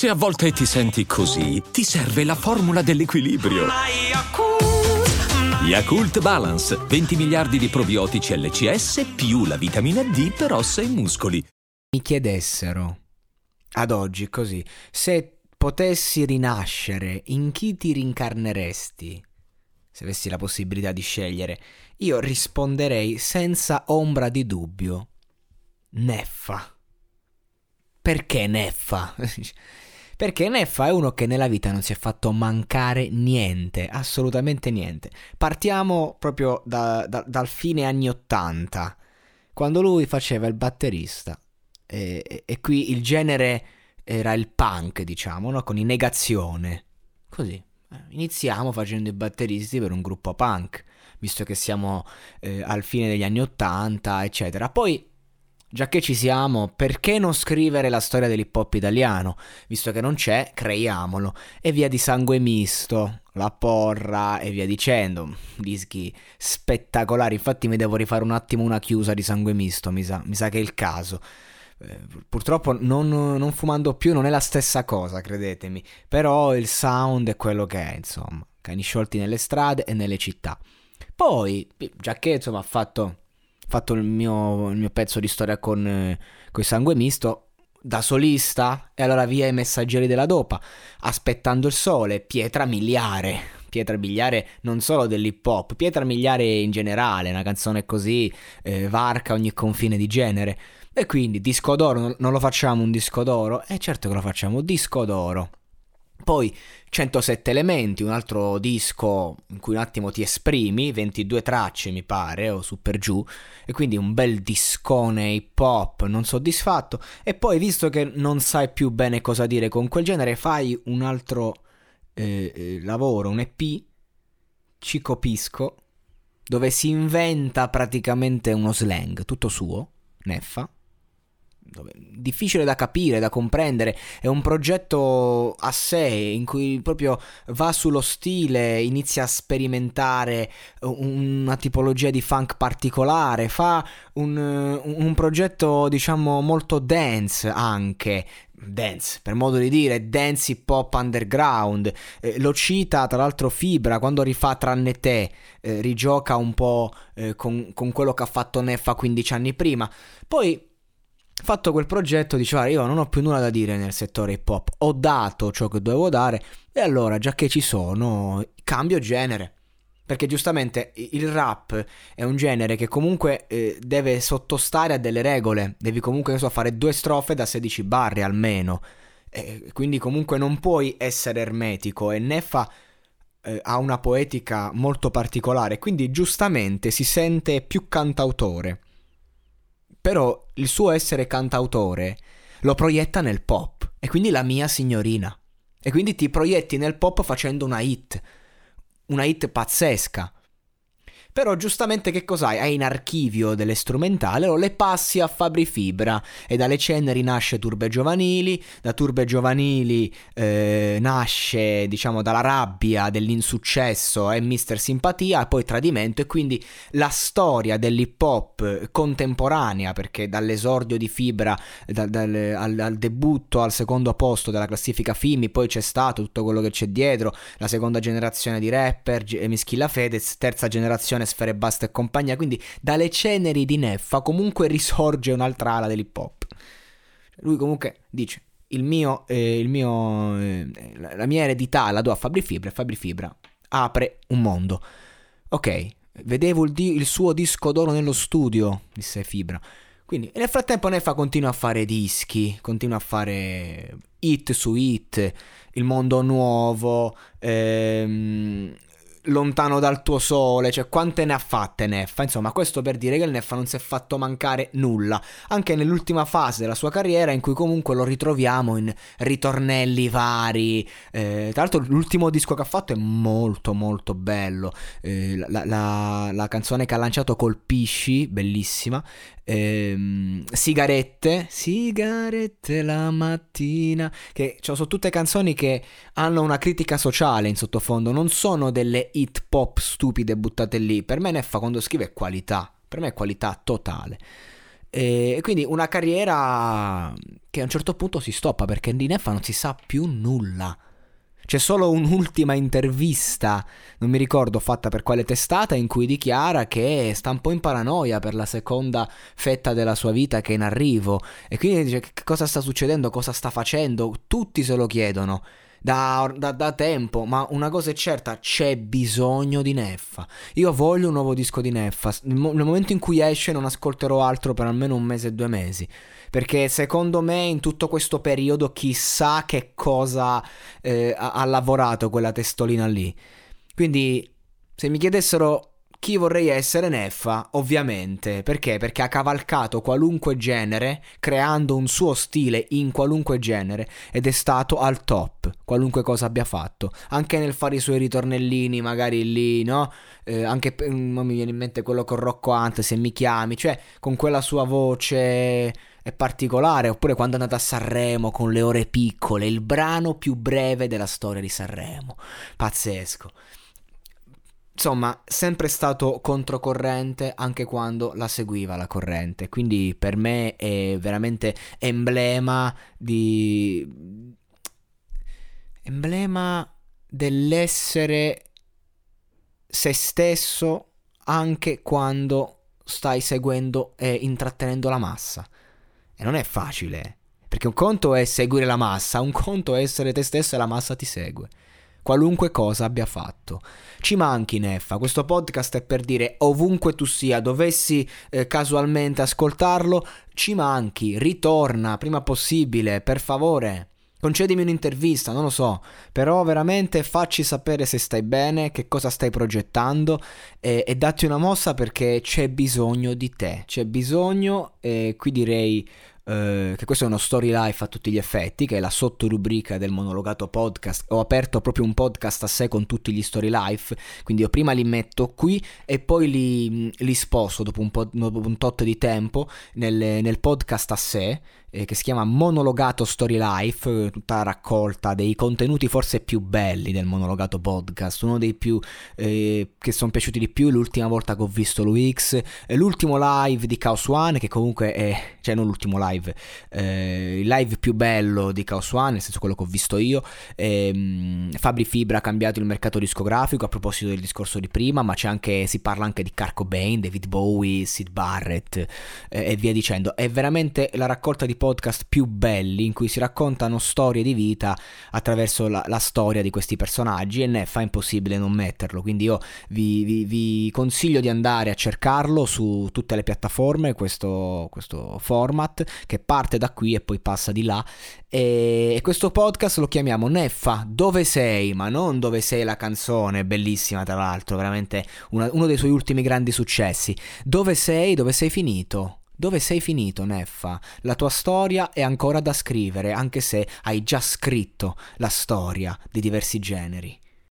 Se a volte ti senti così, ti serve la formula dell'equilibrio. Yakult Balance, 20 miliardi di probiotici LCS più la vitamina D per ossa e muscoli. Mi chiedessero, ad oggi così, se potessi rinascere, in chi ti rincarneresti? Se avessi la possibilità di scegliere, io risponderei senza ombra di dubbio: Neffa. Perché Neffa? Perché Neffa è uno che nella vita non si è fatto mancare niente, assolutamente niente. Partiamo proprio dal fine anni 80, quando lui faceva il batterista, e qui il genere era il punk, diciamo, no? Con i Negazione. Così. Iniziamo facendo i batteristi per un gruppo punk, visto che siamo al fine degli anni 80, eccetera. Poi, già che ci siamo, perché non scrivere la storia dell'hip hop italiano? Visto che non c'è, creiamolo. E via di Sangue Misto, La Porra e via dicendo. Dischi spettacolari. Infatti mi devo rifare un attimo una chiusa di Sangue Misto, mi sa che è il caso. Purtroppo non fumando più non è la stessa cosa, credetemi. Però il sound è quello che è, insomma. Cani sciolti nelle strade e nelle città. Poi, già che insomma ha fatto il mio pezzo di storia con Sangue Misto, da solista, e allora via i Messaggeri della Dopa, Aspettando il Sole, Pietra Miliare non solo dell'hip hop, Pietra Miliare in generale, una canzone così, varca ogni confine di genere. E quindi disco d'oro, non lo facciamo un disco d'oro? Certo che lo facciamo, disco d'oro. Poi 107 elementi, un altro disco in cui un attimo ti esprimi, 22 tracce mi pare, o su per giù, e quindi un bel discone hip hop non soddisfatto. E poi, visto che non sai più bene cosa dire con quel genere, fai un altro lavoro, un EP, Cico Pisco, dove si inventa praticamente uno slang tutto suo, Neffa. Difficile da capire, da comprendere, è un progetto a sé in cui proprio va sullo stile, inizia a sperimentare una tipologia di funk particolare, fa un progetto diciamo molto dance, anche dance per modo di dire, dance hip hop underground. Lo cita tra l'altro Fibra quando rifà Tranne te, rigioca un po' con quello che ha fatto Neffa 15 anni prima. Poi, fatto quel progetto, diceva: io non ho più nulla da dire nel settore hip hop, ho dato ciò che dovevo dare, e allora, già che ci sono, cambio genere. Perché giustamente il rap è un genere che comunque deve sottostare a delle regole, devi comunque fare 2 strofe da 16 barre almeno, quindi comunque non puoi essere ermetico, e Neffa ha una poetica molto particolare, quindi giustamente si sente più cantautore. Però il suo essere cantautore lo proietta nel pop, e quindi La mia signorina. E quindi ti proietti nel pop facendo una hit pazzesca. Però giustamente che cos'hai? Hai in archivio delle strumentali, o le passi a Fabri Fibra, e dalle ceneri nasce Turbe Giovanili, da Turbe Giovanili nasce, diciamo, dalla rabbia dell'insuccesso e Mister Simpatia, e poi Tradimento, e quindi la storia dell'hip hop contemporanea, perché dall'esordio di Fibra al debutto al secondo posto della classifica Fimi, poi c'è stato tutto quello che c'è dietro, la seconda generazione di rapper, Mischilla Fedez, terza generazione Sfere Basta e compagnia, quindi dalle ceneri di Neffa comunque risorge un'altra ala dell'hip hop. Lui comunque dice: la mia eredità la do a Fabri Fibra, e Fabri Fibra apre un mondo. Ok, vedevo il suo disco d'oro nello studio, disse Fibra. Quindi, e nel frattempo Neffa continua a fare dischi, continua a fare hit su hit, Il mondo nuovo, Lontano dal tuo sole, cioè quante ne ha fatte Neffa? Insomma, questo per dire che il Neffa non si è fatto mancare nulla, anche nell'ultima fase della sua carriera, in cui comunque lo ritroviamo in ritornelli vari. Tra l'altro l'ultimo disco che ha fatto è molto molto bello, la canzone che ha lanciato Colpisci, bellissima. Sigarette la mattina, che sono tutte canzoni che hanno una critica sociale in sottofondo, non sono delle hit pop stupide buttate lì. Per me Neffa quando scrive è qualità, per me è qualità totale. E quindi una carriera che a un certo punto si stoppa, perché di Neffa non si sa più nulla. C'è solo un'ultima intervista, non mi ricordo fatta per quale testata, in cui dichiara che sta un po' in paranoia per la seconda fetta della sua vita che è in arrivo, e quindi dice che cosa sta succedendo, cosa sta facendo, tutti se lo chiedono da tempo, ma una cosa è certa, c'è bisogno di Neffa. Io voglio un nuovo disco di Neffa. Nel momento in cui esce non ascolterò altro per almeno 1 mese, 2 mesi, perché secondo me in tutto questo periodo chissà che cosa ha lavorato quella testolina lì. Quindi se mi chiedessero chi vorrei essere, Neffa, ovviamente. Perché? Perché ha cavalcato qualunque genere, creando un suo stile in qualunque genere, ed è stato al top, qualunque cosa abbia fatto. Anche nel fare i suoi ritornellini, magari lì, no? Non mi viene in mente quello con Rocco Hunt, Se mi chiami, cioè con quella sua voce è particolare. Oppure quando è andata a Sanremo con Le ore piccole, il brano più breve della storia di Sanremo. Pazzesco. Insomma, sempre stato controcorrente anche quando la seguiva la corrente. Quindi per me è veramente emblema dell'essere se stesso anche quando stai seguendo e intrattenendo la massa. E non è facile, perché un conto è seguire la massa, un conto è essere te stesso e la massa ti segue. Qualunque cosa abbia fatto. Ci manchi, Neffa. Questo podcast è per dire, ovunque tu sia, dovessi casualmente ascoltarlo, ci manchi, ritorna prima possibile, per favore. Concedimi un'intervista, non lo so, però veramente facci sapere se stai bene, che cosa stai progettando, e datti una mossa, perché c'è bisogno di te. C'è bisogno, e qui direi che questo è uno story life a tutti gli effetti, che è la sottorubrica del monologato podcast. Ho aperto proprio un podcast a sé con tutti gli story life, quindi io prima li metto qui e poi li sposto dopo un tot di tempo nel podcast a sé, che si chiama Monologato Story Life, tutta la raccolta dei contenuti forse più belli del monologato podcast, uno dei più che sono piaciuti di più. L'ultima volta che ho visto l'UX, l'ultimo live di Chaos One, che comunque è, cioè non l'ultimo live, il live più bello di Chaos One, nel senso quello che ho visto io. Fabri Fibra ha cambiato il mercato discografico, a proposito del discorso di prima, ma si parla anche di Kurt Cobain, David Bowie, Syd Barrett, e via dicendo. È veramente la raccolta di podcast più belli, in cui si raccontano storie di vita attraverso la storia di questi personaggi, e ne fa impossibile non metterlo. Quindi io vi consiglio di andare a cercarlo su tutte le piattaforme, questo format che parte da qui e poi passa di là. E questo podcast lo chiamiamo Neffa, dove sei? Ma non Dove sei la canzone, bellissima tra l'altro, veramente uno dei suoi ultimi grandi successi. Dove sei? Dove sei finito? Dove sei finito, Neffa? La tua storia è ancora da scrivere, anche se hai già scritto la storia di diversi generi.